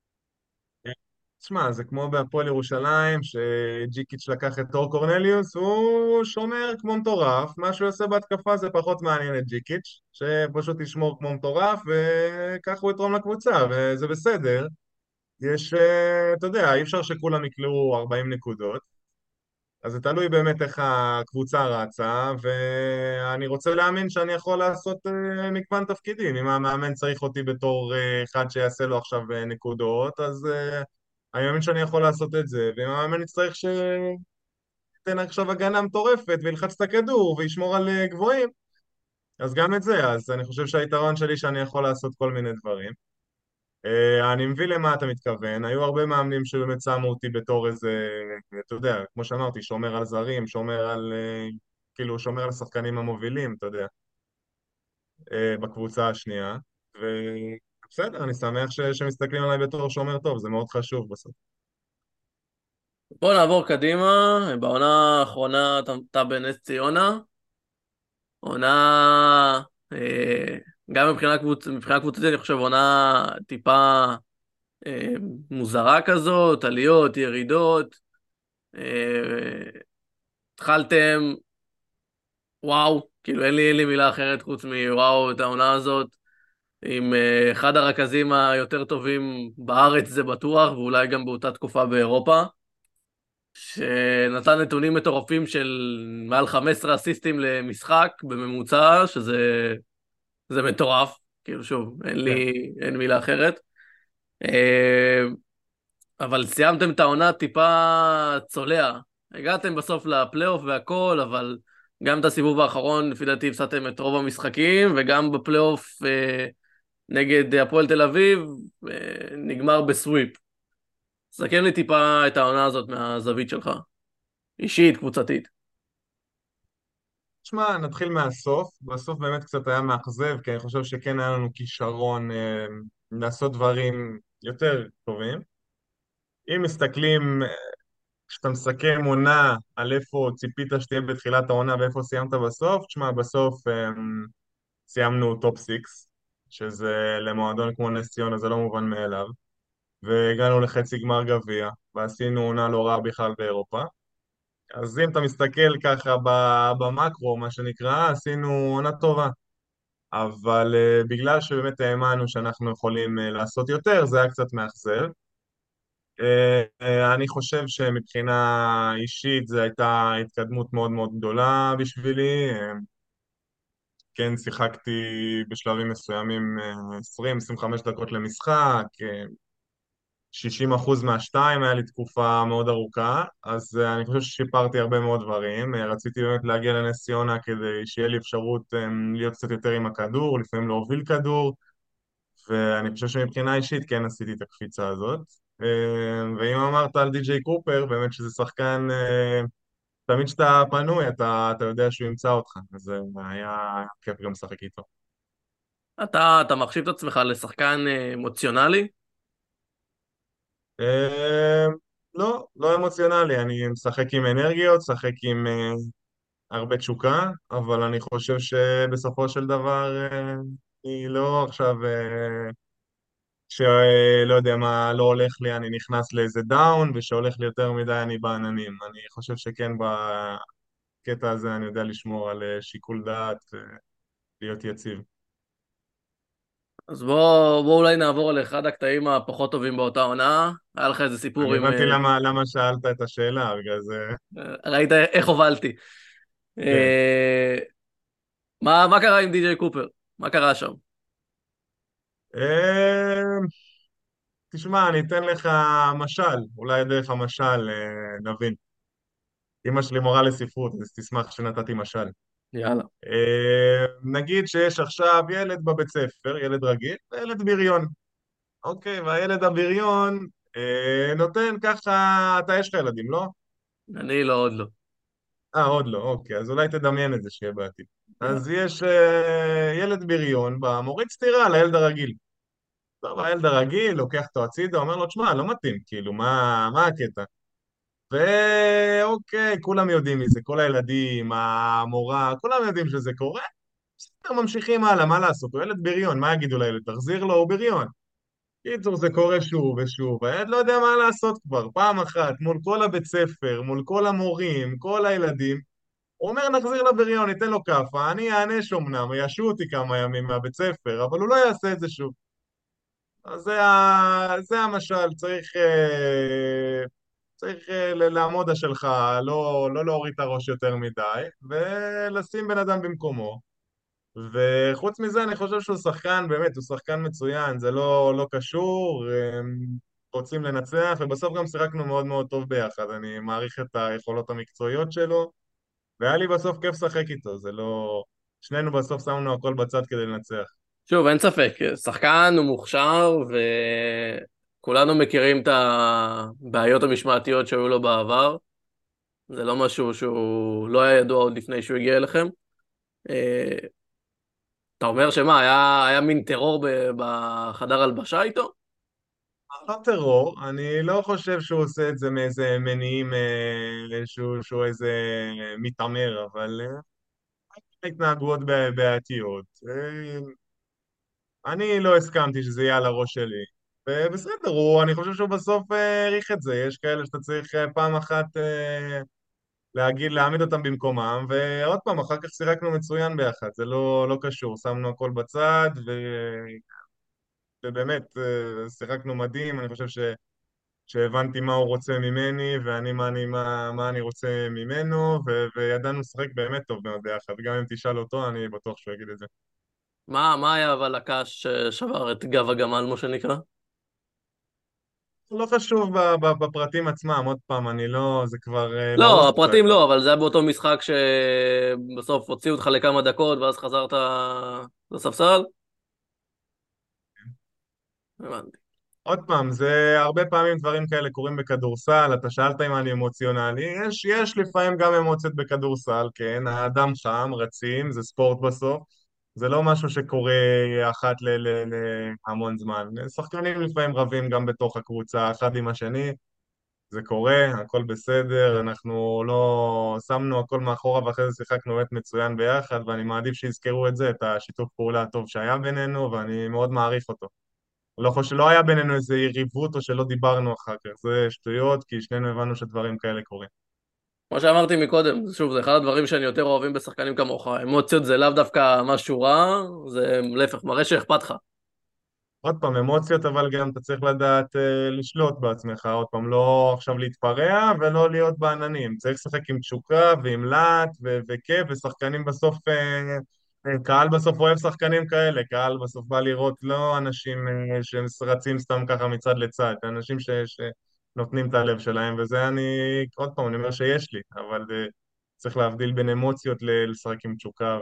S2: תשמע, זה כמו בהפועל ירושלים, שג'יקיץ' לקח את טור קורנליוס, הוא שומר כמו מטורף, מה שהוא עושה בהתקפה זה פחות מעניין את ג'יקיץ', שפשוט ישמור כמו מטורף, וכך הוא יתרום לקבוצה, וזה בסדר. יש, אתה יודע, אי אפשר שכולם יקלעו 40 נקודות, אז זה תלוי באמת איך הקבוצה רצה, ואני רוצה להאמין שאני יכול לעשות מגוון תפקידים. אם המאמן צריך אותי בתור אחד שיעשה לו עכשיו נקודות, אז אני מאמין שאני יכול לעשות את זה. ואם המאמן יצטרך שייתן עכשיו הגנה מטורפת וילחץ את הכדור וישמור על גבוהים, אז גם את זה. אז אני חושב שהיתרון שלי שאני יכול לעשות כל מיני דברים. אני מבין למה אתה מתכוון, היו הרבה מאמנים שבאמת שמו אותי בתור איזה, אתה יודע, כמו שאמרתי, שומר על זרים, שומר על, כאילו, שומר על השחקנים המובילים, אתה יודע, בקבוצה השנייה, ובסדר, אני שמח שמסתכלים עליי בתור שומר טוב, זה מאוד חשוב בסוף.
S1: בוא נעבור קדימה, בעונה האחרונה אתה בנס ציונה, עונה, אה, גם מבחינה קבוצתית אני חושב עונה טיפה אה, מוזרה כזאת, עליות, ירידות, אה, התחלתם, וואו, כאילו אין לי מילה אחרת חוץ מוואו את העונה הזאת, עם אחד הרכזים היותר טובים בארץ זה בטוח, ואולי גם באותה תקופה באירופה, שנתן נתונים מטורפים של מעל 15 אסיסטים למשחק בממוצע, שזה מטורף. כאילו שוב,
S2: כן.
S1: אין מילה אחרת. אה, אבל סיימתם את העונה טיפה צולע. הגעתם בסוף לפלייאוף והכל, אבל גם את הסיבוב האחרון, לפי דעתי, הפסדתם את רוב המשחקים, וגם בפלייאוף נגד הפועל תל אביב, נגמר בסוויפ. סכם לי טיפה את העונה הזאת מהזווית שלך, אישית, קבוצתית.
S2: תשמע, נתחיל מהסוף. בסוף באמת קצת היה מאכזב, כי אני חושב שכן היה לנו כישרון לעשות דברים יותר טובים. אם מסתכלים, כשאתה מסכם עונה על איפה ציפית שתהיה בתחילת העונה ואיפה סיימת בסוף, תשמע, בסוף סיימנו טופ 6, שזה למועדון כמו נס ציונה זה לא מובן מאליו, והגענו לחצי גמר גביע, ועשינו עונה לא רעה בכלל באירופה. אז אם אתה מסתכל ככה במקרו, מה שנקרא, עשינו עונה טובה. אבל בגלל שבאמת האמנו שאנחנו יכולים לעשות יותר, זה היה קצת מאכזב. אני חושב שמבחינה אישית זו הייתה התקדמות מאוד מאוד גדולה בשבילי. כן, שיחקתי בשלבים מסוימים 20-25 דקות למשחק, 60% מהשתיים היה לי תקופה מאוד ארוכה, אז אני חושב ששיפרתי הרבה מאוד דברים. רציתי באמת להגיע לנס ציונה כדי שיהיה לי אפשרות להיות קצת יותר עם הכדור, לפעמים להוביל כדור, ואני חושב שמבחינה אישית כן עשיתי את הקפיצה הזאת. ואם אמרת על די.ג'יי קופר, באמת שזה שחקן, תמיד כשאתה פנוי אתה יודע שהוא ימצא אותך, אז היה כיף גם לשחק איתו.
S1: אתה מחשיב את עצמך לשחקן אמוציונלי?
S2: אה, לא, לא אמוציונלי, אני משחק עם אנרגיות, משחק עם הרבה תשוקה, אבל אני חושב שבסופו של דבר אני לא עכשיו, שלא יודע מה, לא הולך לי, אני נכנס לאיזה דאון, ושהולך לי יותר מדי אני בעננים. אני חושב שכן בקטע הזה אני יודע לשמור על שיקול דעת ולהיות יציב.
S1: אז בוא אולי נעבור על אחד הקטעים הפחות טובים באותה עונה. היה לך איזה סיפור
S2: אני
S1: עם...
S2: הבנתי למה שאלת את השאלה, בגלל זה,
S1: ראית איך הובלתי.
S2: כן.
S1: אה, מה קרה עם די.ג'יי קופר? מה קרה שם?
S2: אה, תשמע, אני אתן לך משל, אולי דרך המשל נבין. אמא שלי מורה לספרות, אז תשמח שנתתי משל.
S1: יאללה.
S2: נגיד שיש עכשיו ילד בבית ספר, ילד רגיל, וילד בריון. אוקיי, והילד הבריון נותן ככה, אתה יש לך ילדים, לא?
S1: אני לא, עוד לא.
S2: עוד לא, אוקיי, אז אולי תדמיין את זה שיהיה בעתיד.
S1: יאללה.
S2: אז יש ילד בריון, בא, מוריד סטירה לילד הרגיל. טוב, הילד הרגיל לוקח אותו הצידה, אומר לו, תשמע, לא מתאים, כאילו, מה הקטע? ואוקיי, כולם יודעים מזה, כל הילדים, המורה, כולם יודעים שזה קורה. בסדר, ממשיכים הלאה, מה לעשות? הוא ילד בריון, מה יגידו לילד? תחזיר לו, הוא בריון. קיצור, זה קורה שוב ושוב, הילד לא יודע מה לעשות כבר. פעם אחת, מול כל הבית ספר, מול כל המורים, כל הילדים, הוא אומר, נחזיר לבריון, ניתן לו כאפה, אני אענש אמנם, יעשו אותי כמה ימים מהבית ספר, אבל הוא לא יעשה את זה שוב. אז זה המשל, צריך לעמוד השלך, לא להוריד את הראש יותר מדי, ולשים בן אדם במקומו. וחוץ מזה, אני חושב שהוא שחקן, באמת, הוא שחקן מצוין, זה לא קשור, הם רוצים לנצח, ובסוף גם שיחקנו מאוד מאוד טוב ביחד, אני מעריך את היכולות המקצועיות שלו, והיה לי בסוף כיף לשחק איתו, זה לא... שנינו בסוף שמנו הכל בצד כדי לנצח.
S1: שוב, אין ספק, שחקן הוא מוכשר, וכולנו מכירים את הבעיות המשמעתיות שהיו לו בעבר. זה לא משהו שהוא לא היה ידוע עוד לפני שהוא הגיע אליכם. אה, אתה אומר שמה, היה מין טרור בחדר הלבשה איתו?
S2: לא טרור, אני לא חושב שהוא עושה את זה מאיזה מניעים שהוא איזה מתעמר, אבל התנהגויות בעייתיות. אני לא הסכמתי שזה יהיה על הראש שלי. ובסדר, אני חושב שהוא בסוף העריך את זה. יש כאלה שאתה צריך פעם אחת להעמיד אותם במקומם, ועוד פעם, אחר כך שיחקנו מצוין ביחד. זה לא קשור, שמנו הכל בצד, ובאמת, שיחקנו מדהים. אני חושב שהבנתי מה הוא רוצה ממני, ואני מה אני רוצה ממנו, וידענו לשחק באמת טוב מאוד ביחד. גם אם תשאל אותו, אני בטוח שהוא יגיד את זה.
S1: מה היה אבל הקש ששבר את גב הגמל, מה שנקרא?
S2: לא חשוב בפרטים עצמם, עוד פעם, אני לא, זה כבר
S1: לא,
S2: לעוס קצת.
S1: הפרטים לא, אבל זה היה באותו משחק שבסוף הוציאו אותך לכמה דקות ואז חזרת לספסל? הבנתי.
S2: עוד פעם, זה הרבה פעמים דברים כאלה קורים בכדורסל, אתה שאלת אם אני אמוציונלי, יש לפעמים גם אמוציות בכדורסל, כן, האדם חם, רצים, זה ספורט בסוף, זה לא משהו שקורה אחת להמון זמן. שחקנים לפעמים רבים גם בתוך הקבוצה, אחד עם השני, זה קורה, הכל בסדר, אנחנו לא שמנו הכל מאחורה ואחרי זה שיחקנו באמת מצוין ביחד, ואני מעדיף שיזכרו את זה, את השיתוף פעולה הטוב שהיה בינינו, ואני מאוד מעריך אותו. לא חושב, לא היה בינינו איזה יריבות או שלא דיברנו אחר כך, זה שטויות, כי שנינו הבנו שדברים כאלה קורים.
S1: כמו שאמרתי מקודם, שוב, זה אחד הדברים שאני יותר אוהבים בשחקנים כמוך. אמוציות זה לאו דווקא משהו רע, זה להפך, מראה שאכפת לך.
S2: עוד פעם, אמוציות, אבל גם אתה צריך לדעת לשלוט בעצמך, עוד פעם, לא עכשיו להתפרע ולא להיות בעננים. צריך לשחק עם תשוקה ועם להט וכיף, ושחקנים בסוף, קהל בסוף אוהב שחקנים כאלה, קהל בסוף בא לראות לא אנשים שרצים סתם ככה מצד לצד, אנשים שנותנים את הלב שלהם, וזה אני, עוד פעם, אני אומר שיש לי, אבל צריך להבדיל בין אמוציות לשחק עם תשוקה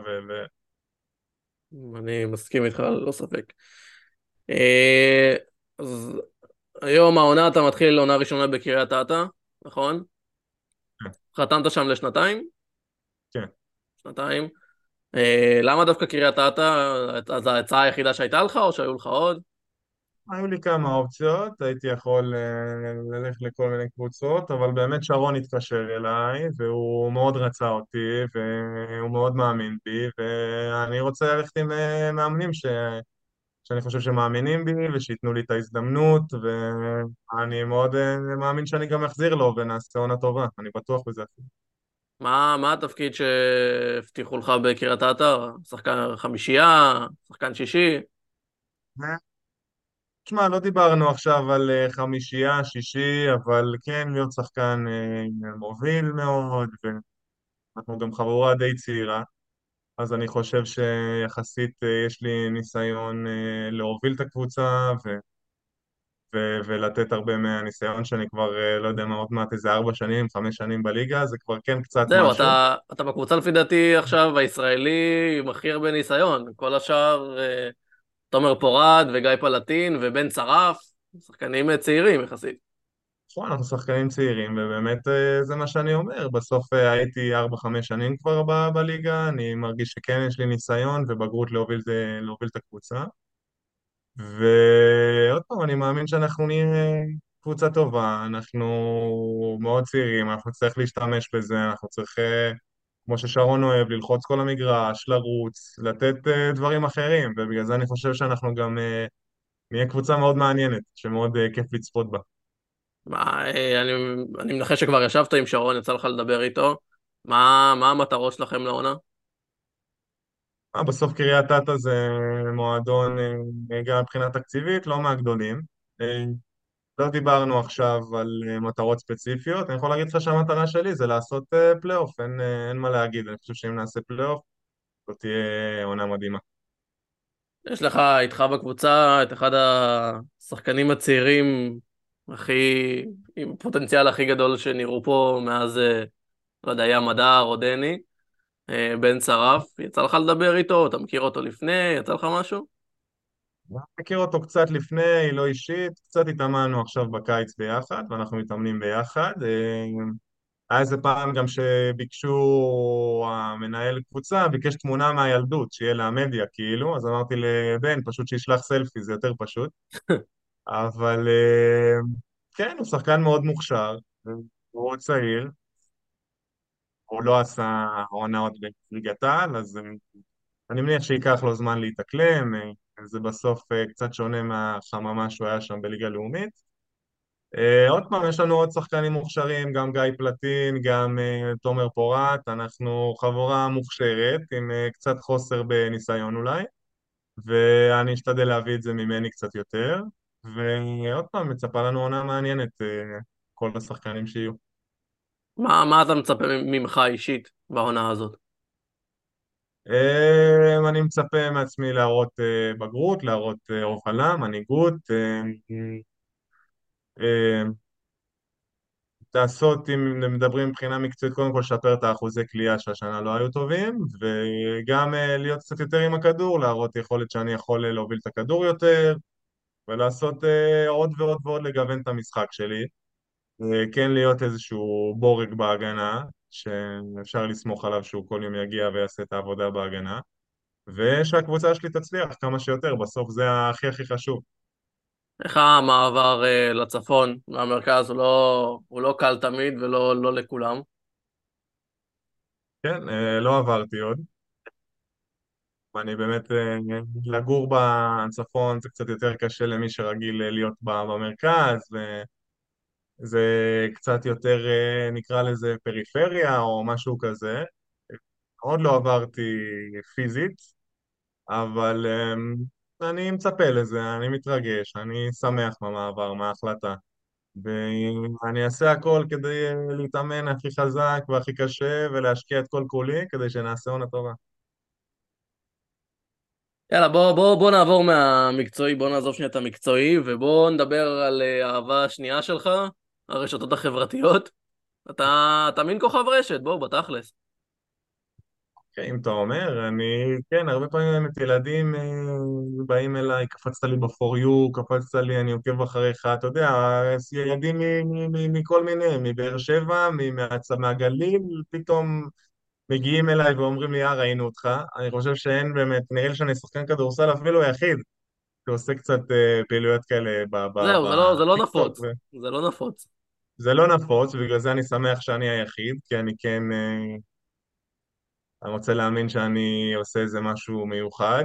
S1: אני מסכים איתך, ללא ספק. אה, אז היום העונה אתה מתחיל עונה ראשונה בקריית אתא, נכון?
S2: כן,
S1: חתמת שם לשנתיים?
S2: כן.
S1: שנתיים. למה דווקא קריית אתא? אז ההצעה היחידה שהייתה לך או שהיו לך עוד?
S2: היו לי כמה אופציות, הייתי יכול ללכת לכל מיני קבוצות, אבל באמת שרון התקשר אליי, והוא מאוד רצה אותי, והוא מאוד מאמין בי, ואני רוצה ללכת עם מאמנים שאני חושב שמאמינים בי, ושייתנו לי את ההזדמנות, ואני מאוד מאמין שאני גם אחזיר לו, ונעשה עונה טובה, אני בטוח בזה.
S1: מה התפקיד שהבטיחו לך בקריית אתא? שחקן חמישייה? שחקן שישי?
S2: תשמע, לא דיברנו עכשיו על חמישייה, שישי, אבל כן להיות שחקן מוביל מאוד, ואנחנו גם חבורה די צעירה. אז אני חושב שיחסית יש לי ניסיון להוביל את הקבוצה ולתת הרבה מהניסיון שאני כבר, לא יודע מה, עוד מעט איזה 4 שנים, 5 שנים בליגה, זה כבר כן קצת
S1: זהו,
S2: משהו.
S1: אתה בקבוצה לפי דעתי עכשיו הישראלי עם הכי הרבה ניסיון. כל השאר, תומר פורד וגיא פלטין ובן שרף, שחקנים צעירים יחסית.
S2: נכון, אנחנו שחקנים צעירים, ובאמת זה מה שאני אומר. בסוף הייתי 4 5 שנים כבר בליגה, אני מרגיש שכן יש לי ניסיון ובגרות להוביל את הקבוצה. ועוד פעם, אני מאמין שאנחנו נהיה קבוצה טובה, אנחנו מאוד צעירים, אנחנו נצטרך להשתמש בזה, אנחנו צריכים, כמו ששרון אוהב, ללחוץ כל המגרש, לרוץ, לתת דברים אחרים, ובגלל זה אני חושב שאנחנו גם נהיה קבוצה מאוד מעניינת, שמאוד כיף לצפות בה.
S1: אני, אני מנחש שכבר ישבת עם שרון, יצא לך לדבר איתו. מה המטרות שלכם לעונה?
S2: בסוף קריית אתא זה מועדון, גם מבחינה תקציבית, לא מהגדולים. אה, לא דיברנו עכשיו על מטרות ספציפיות, אני יכול להגיד לך שהמטרה שלי זה לעשות פלייאוף, אין מה להגיד, אני חושב שאם נעשה פלייאוף, זאת תהיה עונה מדהימה.
S1: יש לך איתך בקבוצה את אחד השחקנים הצעירים הכי, עם הפוטנציאל הכי גדול שנראו פה מאז, לא יודע, ים הדר או דני, בן שרף. יצא לך לדבר איתו? אתה מכיר אותו לפני? יצא לך משהו?
S2: אני מכיר אותו קצת לפני, לא אישית, קצת התאמנו עכשיו בקיץ ביחד, ואנחנו מתאמנים ביחד. היה איזה פעם גם שביקשו, המנהל קבוצה ביקש תמונה מהילדות, שיהיה למדיה כאילו, אז אמרתי לבן, פשוט שישלח סלפי, זה יותר פשוט. אבל כן, הוא שחקן מאוד מוכשר, הוא עוד צעיר, הוא לא עשה עונה עוד בליגת העל, אז אני מניח שייקח לו זמן להתאקלם, זה בסוף קצת שונה מהחממה שהוא היה שם בליגה לאומית. עוד פעם, יש לנו עוד שחקנים מוכשרים, גם גיא פלטין, גם תומר פורת, אנחנו חבורה מוכשרת עם קצת חוסר בניסיון אולי, ואני אשתדל להביא את זה ממני קצת יותר, ועוד פעם, מצפה לנו עונה מעניינת, כל השחקנים שיהיו.
S1: מה אתה מצפה ממך אישית בעונה הזאת?
S2: אני מצפה מעצמי להראות בגרות, להראות הובלה, מנהיגות, אה, לעשות, אם מדברים מבחינה מקצועית, קודם כל לשפר את האחוזי קליעה שהשנה לא היו טובים, וגם להיות קצת יותר עם הכדור, להראות יכולת שאני יכול להוביל את הכדור יותר, ולעשות עוד ועוד ועוד לגוון את המשחק שלי. כן להיות איזשהו בורג בהגנה, שאפשר לסמוך עליו שהוא כל יום יגיע ויעשה את העבודה בהגנה, ושהקבוצה שלי תצליח כמה שיותר, בסוף זה הכי הכי חשוב.
S1: איך המעבר לצפון, מהמרכז, הוא לא קל תמיד ולא לכולם.
S2: כן, לא עברתי עוד. ואני באמת, לגור בצפון זה קצת יותר קשה למי שרגיל להיות במרכז, וזה קצת יותר, נקרא לזה פריפריה או משהו כזה. עוד לא עברתי פיזית, אבל אני מצפה לזה, אני מתרגש, אני שמח במעבר, מההחלטה. ואני אעשה הכל כדי להתאמן הכי חזק והכי קשה ולהשקיע את כל כולי כדי שנעשה עונה טובה.
S1: יאללה, בוא נעבור מהמקצועי, בוא נעזוב שנייה את המקצועי, ובוא נדבר על האהבה השנייה שלך, הרשתות החברתיות. אתה מין כוכב רשת, בוא, בתכלס.
S2: כן, אם אתה אומר, כן, הרבה פעמים באמת ילדים באים אליי, קפצת לי ב-for you, קפצת לי, אני עוקב אחריך, אתה יודע, ילדים מכל מיני, מבאר שבע, מהגליל, פתאום מגיעים אליי ואומרים לי, ראינו אותך. אני חושב שאין באמת, נראה לי שאני שחקן כדורסל אפילו היחיד, שעושה קצת פעילויות כאלה
S1: זהו, זה לא
S2: בטיקטוק.
S1: נפוץ. זה לא נפוץ.
S2: זה לא נפוץ, ובגלל זה אני שמח שאני היחיד, כי אני כן, אני רוצה להאמין שאני עושה איזה משהו מיוחד,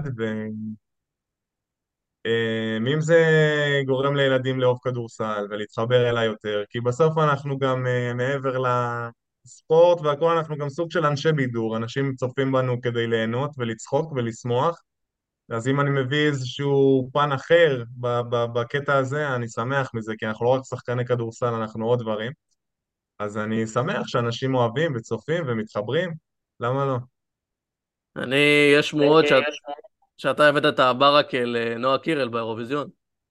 S2: ואם זה גורם לילדים לאהוב כדורסל ולהתחבר אליי יותר, כי בסוף אנחנו גם מעבר לספורט והכל, אנחנו גם סוג של אנשי בידור, אנשים צופים בנו כדי ליהנות ולצחוק ולשמוח, אז אם אני מביא איזשהו פן אחר בקטע הזה, אני שמח מזה, כי אנחנו לא רק שחקני כדורסל, אנחנו עוד דברים, אז אני שמח שאנשים אוהבים וצופים ומתחברים, למה לא?
S1: יש שמועות שאתה הבאת את הברקה לנועה קירל באירוויזיון.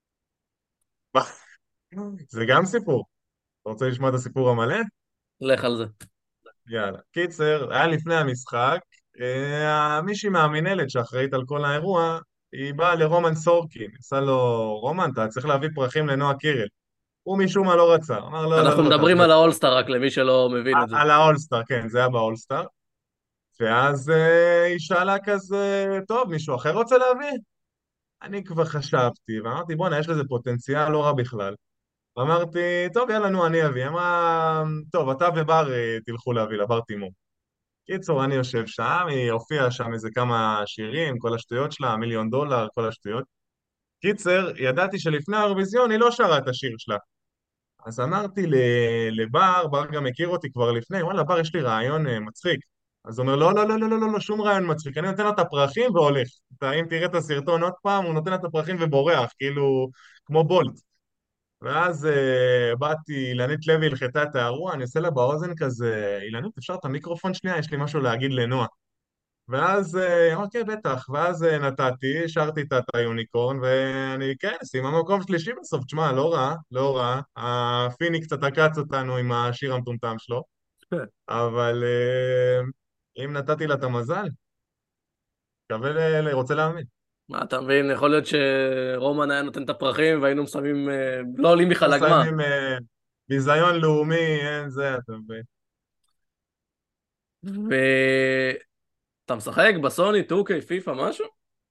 S2: זה גם סיפור. אתה רוצה לשמוע את הסיפור המלא?
S1: לך על זה.
S2: יאללה. קיצר, היה לפני המשחק, מישהי מהמינהלת שאחראית על כל האירוע, היא באה לרומן סורקין, עשה לו, רומן, אתה צריך להביא פרחים לנועה קירל. הוא משום מה לא רצה, אמר לא, לא,
S1: אנחנו
S2: לא,
S1: מדברים
S2: תעזוב.
S1: על האולסטאר, רק למי שלא מבין את זה.
S2: על האולסטאר, כן, זה היה באולסטאר. ואז היא שאלה כזה, טוב, מישהו אחר רוצה להביא? אני כבר חשבתי, ואמרתי, בואנה, יש לזה פוטנציאל לא רע בכלל. אמרתי, טוב, יאללה, נו, אני אביא. אמרה, טוב, אתה ובר תלכו להביא לה, בר תימור. קיצור, אני יושב שם, היא הופיעה שם איזה כמה שירים, כל השטויות שלה, מיליון דולר, כל השטויות. קיצר, ידעתי שלפני האירוויזיון היא לא שרה את השיר שלה. אז אמרתי לבר, בר גם מכיר אותי כבר לפני, וואלה, בר, יש לי רעיון מצחיק. אז הוא אומר, לא, לא, לא, לא, לא, לא, לא, שום רעיון מצחיק, אני נותן לה את הפרחים והולך. אם תראה את הסרטון עוד פעם, הוא נותן לה את הפרחים ובורח, כאילו, כמו בולט. ואז באתי, אילנית לוי הלכתה את האירוע, אני עושה לה באוזן כזה, אילנית, אפשר את המיקרופון שנייה? יש לי משהו להגיד לנועה. ואז, אוקיי, בטח, ואז נתתי, שרתי את היוניקורן, ואני, כן, סיימה מקום שלישי בסוף, תשמע, לא רע, לא רע, הפיני קצת עקץ אותנו עם השיר המטומטם שלו, אבל אם נתתי לה את המזל, מקווה, רוצה להאמין.
S1: מה אתה מבין? יכול להיות שרומן היה נותן את הפרחים והיינו מסיימים, לא עולים בכלל לגמר.
S2: מסיימים ביזיון לאומי, אין זה, אתה מבין.
S1: ואתה משחק בסוני, 2K, פיפא, משהו?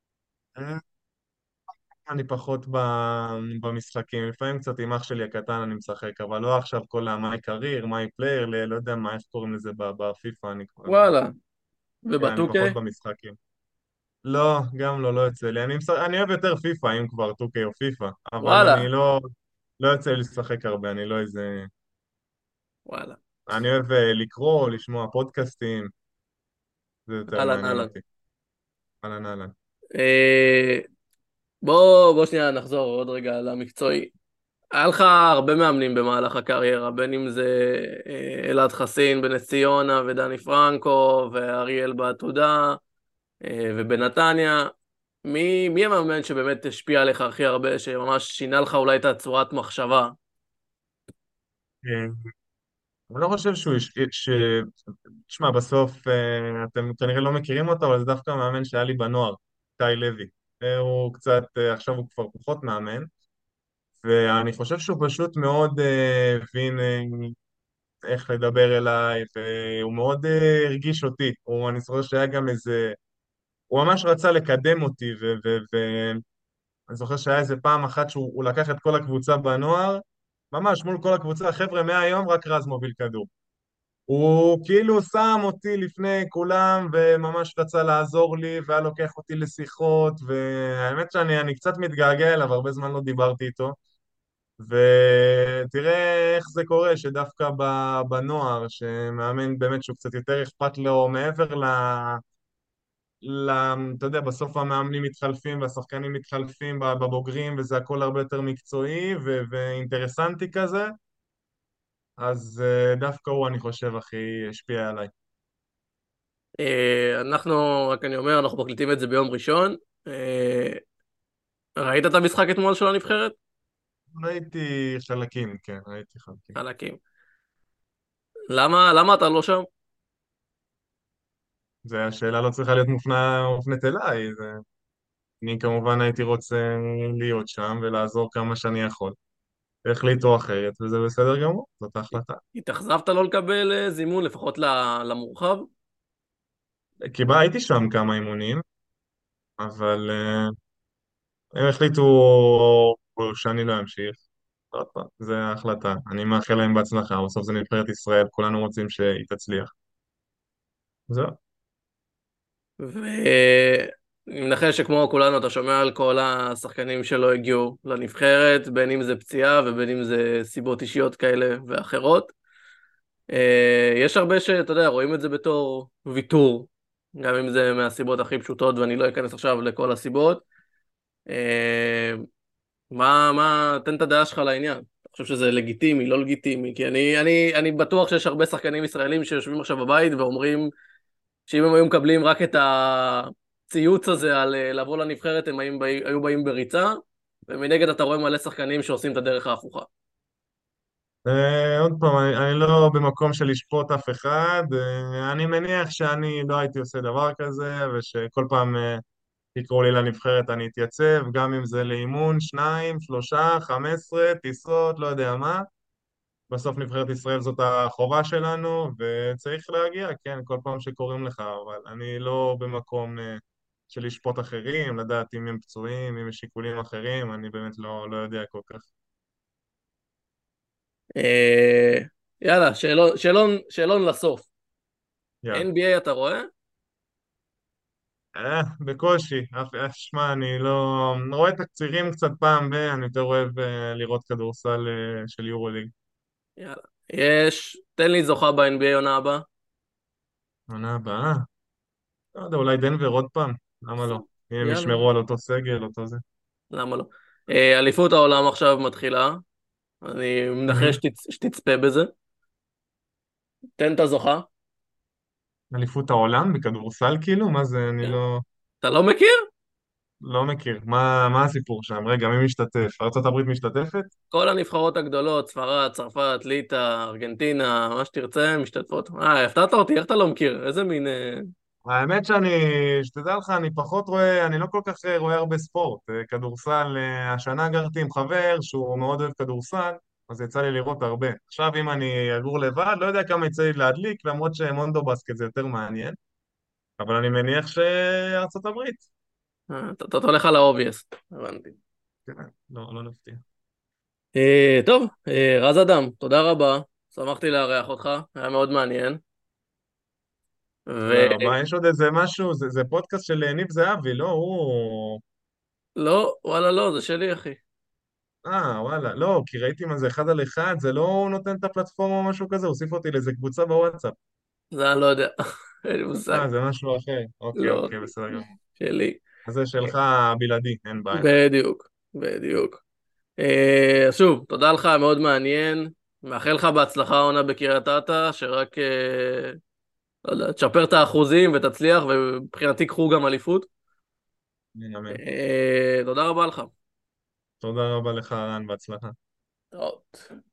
S2: אני פחות במשחקים, לפעמים קצת עם אח שלי הקטן אני משחק, אבל לא עכשיו כל ה-My career, My player, לא יודע מה, איך קוראים לזה בפיפא, אני כבר...
S1: וואלה.
S2: כן, אני
S1: וב-2K?
S2: פחות במשחקים. לא, גם לא, לא יוצא לי. אני אוהב יותר פיפא, אם כבר 2K או פיפא, אבל
S1: וואלה.
S2: אני לא יוצא לי לשחק הרבה, אני לא איזה...
S1: וואלה.
S2: אני אוהב לקרוא, לשמוע פודקאסטים, זה יותר
S1: אהלן,
S2: מעניין
S1: אהלן.
S2: אותי. אהלן אהלן.
S1: אה, בוא שנייה נחזור עוד רגע למקצועי. היה לך הרבה מאמנים במהלך הקריירה, בין אם זה אלעד חסין בנס ציונה ודני פרנקו ואריאל בעתודה, ובנתניה, מי המאמן שבאמת השפיע עליך הכי הרבה, שממש שינה לך אולי את הצורת מחשבה?
S2: אני לא חושב תשמע, בסוף אתם כנראה לא מכירים אותו, אבל זה דווקא מאמן שהיה לי בנוער, איתי לוי. הוא קצת, עכשיו הוא כבר פחות מאמן, ואני חושב שהוא פשוט מאוד הבין איך לדבר אליי, והוא מאוד הרגיש אותי. אני זוכר שהיה גם איזה... הוא ממש רצה לקדם אותי, ואני זוכר שהיה איזה פעם אחת שהוא לקח את כל הקבוצה בנוער, ממש מול כל הקבוצה, חבר'ה, מהיום רק רז מוביל כדור. הוא כאילו שם אותי לפני כולם וממש רצה לעזור לי והיה לוקח אותי לשיחות, והאמת שאני קצת מתגעגע אליו, הרבה זמן לא דיברתי איתו. ותראה איך זה קורה שדווקא בנוער, שמאמן באמת שהוא קצת יותר אכפת לו מעבר אתה יודע, בסוף המאמנים מתחלפים והשחקנים מתחלפים בבוגרים, וזה הכל הרבה יותר מקצועי ואינטרסנטי כזה. אז דווקא הוא, אני חושב, הכי השפיע עליי.
S1: אנחנו, רק אני אומר, אנחנו מקליטים את זה ביום ראשון. אה, ראית את המשחק אתמול של הנבחרת?
S2: ראיתי חלקים, כן, ראיתי חלקים.
S1: חלקים. למה אתה לא שם?
S2: השאלה לא צריכה להיות מופנית אליי. אני כמובן הייתי רוצה להיות שם ולעזור כמה שאני יכול. החליטו אחרת, וזה בסדר גמור, זאת ההחלטה.
S1: התאכזבת לא לקבל זימון, לפחות למורחב?
S2: כי הייתי שם כמה אימונים, אבל הם החליטו שאני לא אמשיך. עוד פעם, זו ההחלטה. אני מאחל להם בהצלחה, בסוף זה נבחרת ישראל, כולנו רוצים שהיא תצליח. זהו.
S1: ואני מנחש שכמו כולנו אתה שומע על כל השחקנים שלא הגיעו לנבחרת, בין אם זה פציעה ובין אם זה סיבות אישיות כאלה ואחרות. יש הרבה שאתה יודע, רואים את זה בתור ויתור, גם אם זה מהסיבות הכי פשוטות, ואני לא אכנס עכשיו לכל הסיבות. אה, תן את הדעה שלך לעניין. אתה חושב שזה לגיטימי, לא לגיטימי? כי אני בטוח שיש הרבה שחקנים ישראלים שיושבים עכשיו בבית ואומרים שאם הם היו מקבלים רק את הציוץ הזה על לבוא לנבחרת, הם היו באים בריצה, ומנגד אתה רואה מלא שחקנים שעושים את הדרך ההפוכה.
S2: עוד פעם, אני לא במקום של לשפוט אף אחד. אני מניח שאני לא הייתי עושה דבר כזה, ושכל פעם יקראו לי לנבחרת אני אתייצב, גם אם זה לאימון, שניים, שלושה, 15, טיסות, לא יודע מה. בסוף נבחרת ישראל זאת החובה שלנו, וצריך להגיע, כן, כל פעם שקוראים לך, אבל אני לא במקום של לשפוט אחרים, לדעת אם הם פצועים, אם יש שיקולים אחרים, אני באמת לא יודע כל כך.
S1: אה, יאללה, שאלון לסוף.
S2: יאללה.
S1: NBA אתה רואה?
S2: בקושי, שמע, אני לא... רואה תקצירים קצת פעם אני יותר אוהב לראות כדורסל של יורוליג.
S1: יאללה. תן לי זוכה ב-NBA עונה הבאה.
S2: עונה הבאה? לא יודע, אולי דנבר עוד פעם? למה לא? אם הם
S1: יאללה,
S2: ישמרו על אותו סגל, אותו זה.
S1: למה לא? אליפות העולם עכשיו מתחילה, אני מנחש
S2: מהמם.
S1: שתצפה בזה. תן את הזוכה.
S2: אליפות העולם בכדורסל כאילו? מה זה? אני
S1: כן.
S2: לא...
S1: אתה לא מכיר?
S2: לא מכיר. מה הסיפור שם? רגע, מי משתתף? ארצות הברית משתתפת?
S1: כל הנבחרות הגדולות, ספרד, צרפת, ליטא, ארגנטינה, מה שתרצה, משתתפות. הפתעת אותי, איך אתה לא מכיר? איזה מין...
S2: האמת שתדע לך, אני פחות רואה, אני לא כל כך רואה הרבה ספורט. כדורסל, השנה גרתי עם חבר שהוא מאוד אוהב כדורסל, אז יצא לי לראות הרבה. עכשיו אם אני אגור לבד, לא יודע כמה יצא לי להדליק, למרות שמונדו בסקט זה יותר מעניין, אבל אני מניח שארצות הברית.
S1: אתה הולך על האובייס, הבנתי.
S2: כן, לא נפתיע.
S1: טוב, רז אדם, תודה רבה. שמחתי לארח אותך, היה מאוד מעניין.
S2: תודה
S1: ולא,
S2: רבה. יש עוד איזה משהו, זה פודקאסט של ניב זהבי, לא?
S1: וואלה לא, זה שלי אחי.
S2: וואלה, לא, כי ראיתי מה זה אחד על אחד, זה לא הוא נותן את הפלטפורמה או משהו כזה, הוסיף אותי לאיזה קבוצה בוואטסאפ.
S1: זה אני לא יודע, אין לי מושג.
S2: זה משהו אחר. אוקיי,
S1: לא
S2: אוקיי,
S1: אחי,
S2: בסדר גמור.
S1: שלי.
S2: אז זה שלך בלעדי, אין בעיה.
S1: בדיוק, בדיוק. אז שוב, תודה לך, מאוד מעניין. מאחל לך בהצלחה העונה בקריית אתא, שרק לא יודע, תשפר את האחוזים ותצליח, ומבחינתי קחו גם אליפות.
S2: אמן.
S1: תודה רבה לך.
S2: תודה רבה לך, רן, בהצלחה.
S1: טוב.